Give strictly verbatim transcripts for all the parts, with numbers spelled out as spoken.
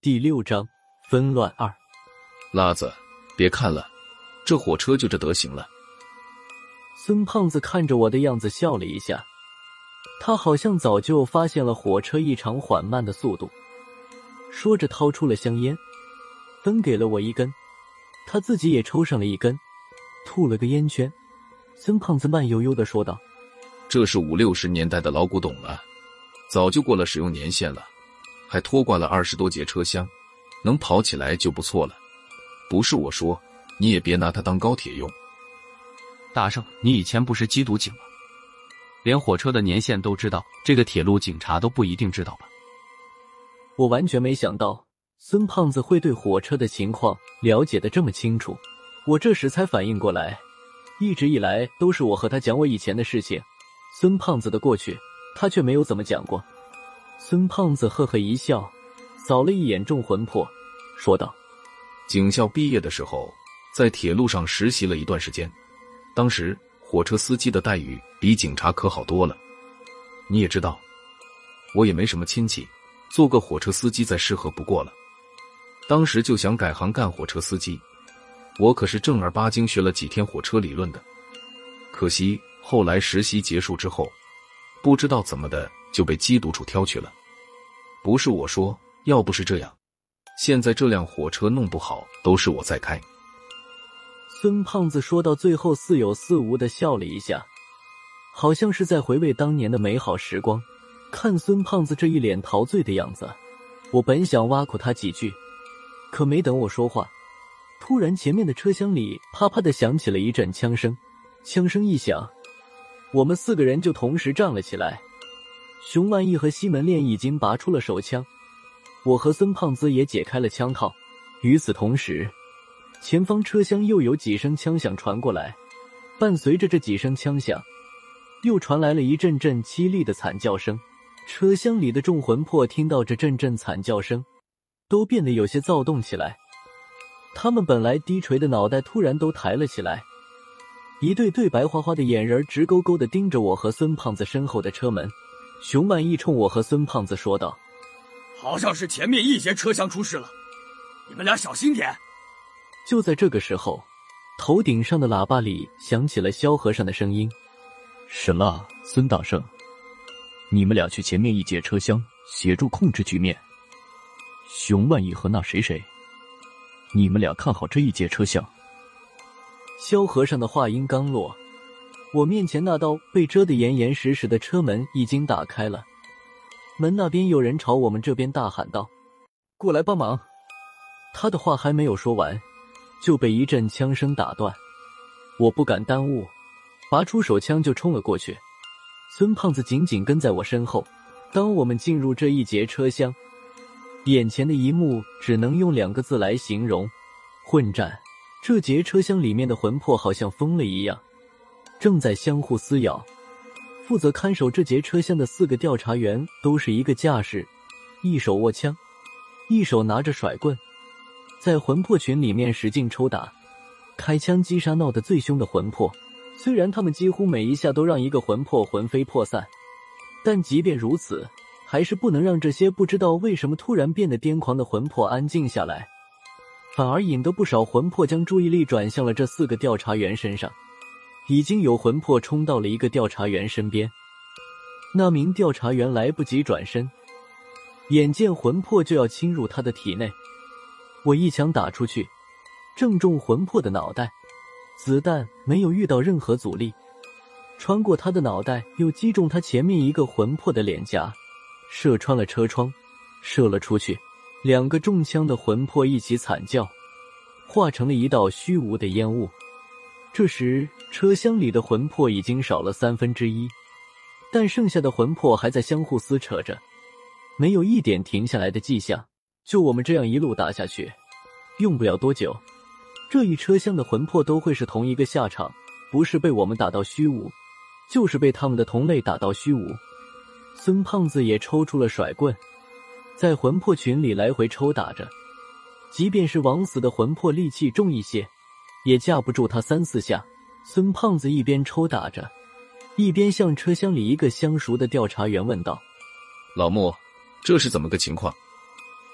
第六章纷乱二。 拉子，别看了，这火车就这德行了。 孙胖子看着我的样子笑了一下，他好像早就发现了火车异常缓慢的速度，说着掏出了香烟，分给了我一根，他自己也抽上了一根，吐了个烟圈。孙胖子慢悠悠地说道： 这是五六十年代的老古董了，早就过了使用年限了，还拖挂了二十多节车厢，能跑起来就不错了。不是我说，你也别拿它当高铁用。 大圣，你以前不是缉毒警吗？连火车的年限都知道，这个铁路警察都不一定知道吧？ 我完全没想到孙胖子会对火车的情况了解得这么清楚。我这时才反应过来，一直以来都是我和他讲我以前的事情，孙胖子的过去他却没有怎么讲过。孙胖子呵呵一笑，扫了一眼众魂魄，说道： 警校毕业的时候在铁路上实习了一段时间，当时火车司机的待遇比警察可好多了。你也知道，我也没什么亲戚，做个火车司机再适合不过了。当时就想改行干火车司机，我可是正儿八经学了几天火车理论的。可惜后来实习结束之后，不知道怎么的就被缉毒处挑去了。不是我说，要不是这样，现在这辆火车弄不好都是我在开。 孙胖子说到最后似有似无地笑了一下，好像是在回味当年的美好时光。看孙胖子这一脸陶醉的样子，我本想挖苦他几句，可没等我说话，突然前面的车厢里啪啪地响起了一阵枪声。枪声一响，我们四个人就同时站了起来。熊万义和西门烈已经拔出了手枪，我和孙胖子也解开了枪套。与此同时，前方车厢又有几声枪响传过来，伴随着这几声枪响，又传来了一阵阵凄厉的惨叫声。车厢里的众魂魄听到这阵阵惨叫声，都变得有些躁动起来。他们本来低垂的脑袋突然都抬了起来，一对对白花花的眼仁直勾勾地盯着我和孙胖子身后的车门。熊万义冲我和孙胖子说道： 好像是前面一节车厢出事了，你们俩小心点。 就在这个时候，头顶上的喇叭里响起了萧和尚的声音： 沈辣、孙大圣，你们俩去前面一节车厢协助控制局面。熊万义和那谁谁，你们俩看好这一节车厢。 萧和尚的话音刚落，我面前那道被遮得严严实实的车门已经打开了。门那边有人朝我们这边大喊道：过来帮忙。他的话还没有说完，就被一阵枪声打断。我不敢耽误，拔出手枪就冲了过去。孙胖子紧紧跟在我身后。当我们进入这一节车厢，眼前的一幕只能用两个字来形容：混战。这节车厢里面的魂魄好像疯了一样，正在相互撕咬。负责看守这节车厢的四个调查员都是一个架势，一手握枪，一手拿着甩棍，在魂魄群里面使劲抽打。开枪击杀闹得最凶的魂魄，虽然他们几乎每一下都让一个魂魄魂飞魄散，但即便如此，还是不能让这些不知道为什么突然变得癫狂的魂魄安静下来，反而引得不少魂魄将注意力转向了这四个调查员身上。已经有魂魄冲到了一个调查员身边，那名调查员来不及转身，眼见魂魄就要侵入他的体内，我一枪打出去，正中魂魄的脑袋，子弹没有遇到任何阻力，穿过他的脑袋，又击中他前面一个魂魄的脸颊，射穿了车窗，射了出去。两个中枪的魂魄一起惨叫，化成了一道虚无的烟雾。这时车厢里的魂魄已经少了三分之一，但剩下的魂魄还在相互撕扯着，没有一点停下来的迹象。就我们这样一路打下去，用不了多久，这一车厢的魂魄都会是同一个下场，不是被我们打到虚无，就是被他们的同类打到虚无。孙胖子也抽出了甩棍，在魂魄群里来回抽打着，即便是枉死的魂魄力气重一些，也架不住他三四下。孙胖子一边抽打着，一边向车厢里一个相熟的调查员问道： 老穆，这是怎么个情况？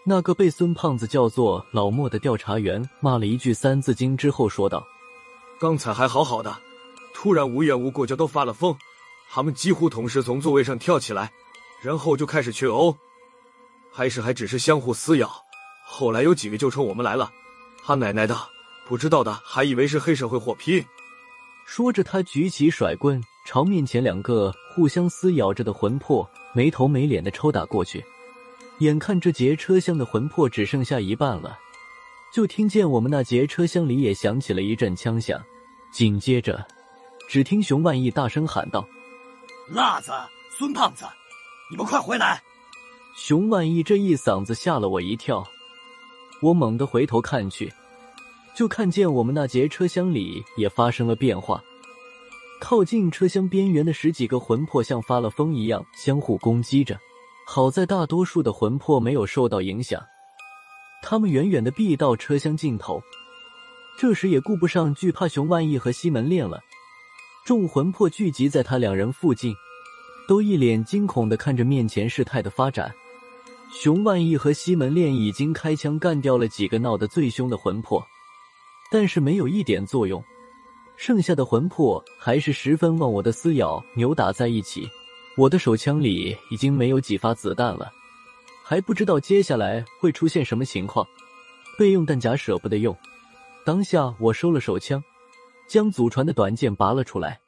那个被孙胖子叫做老莫的调查员骂了一句三字经之后说道： 刚才还好好的，突然无缘无故就都发了疯，他们几乎同时从座位上跳起来，然后就开始群殴，开始还只是相互撕咬，后来有几个就冲我们来了，他奶奶的，不知道的还以为是黑社会火拼。 说着他举起甩棍朝面前两个互相撕咬着的魂魄没头没脸的抽打过去。眼看这节车厢的魂魄只剩下一半了，就听见我们那节车厢里也响起了一阵枪响，紧接着只听熊万义大声喊道： 辣子，孙胖子，你们快回来！ 熊万义这一嗓子吓了我一跳，我猛地回头看去，就看见我们那节车厢里也发生了变化。靠近车厢边缘的十几个魂魄像发了疯一样相互攻击着，好在大多数的魂魄没有受到影响，他们远远地避到车厢尽头，这时也顾不上惧怕熊万义和西门烈了。众魂魄聚集在他两人附近，都一脸惊恐地看着面前事态的发展。熊万义和西门烈已经开枪干掉了几个闹得最凶的魂魄，但是没有一点作用，剩下的魂魄还是十分忘我的撕咬扭打在一起。我的手枪里已经没有几发子弹了，还不知道接下来会出现什么情况，备用弹夹舍不得用。当下我收了手枪，将祖传的短剑拔了出来，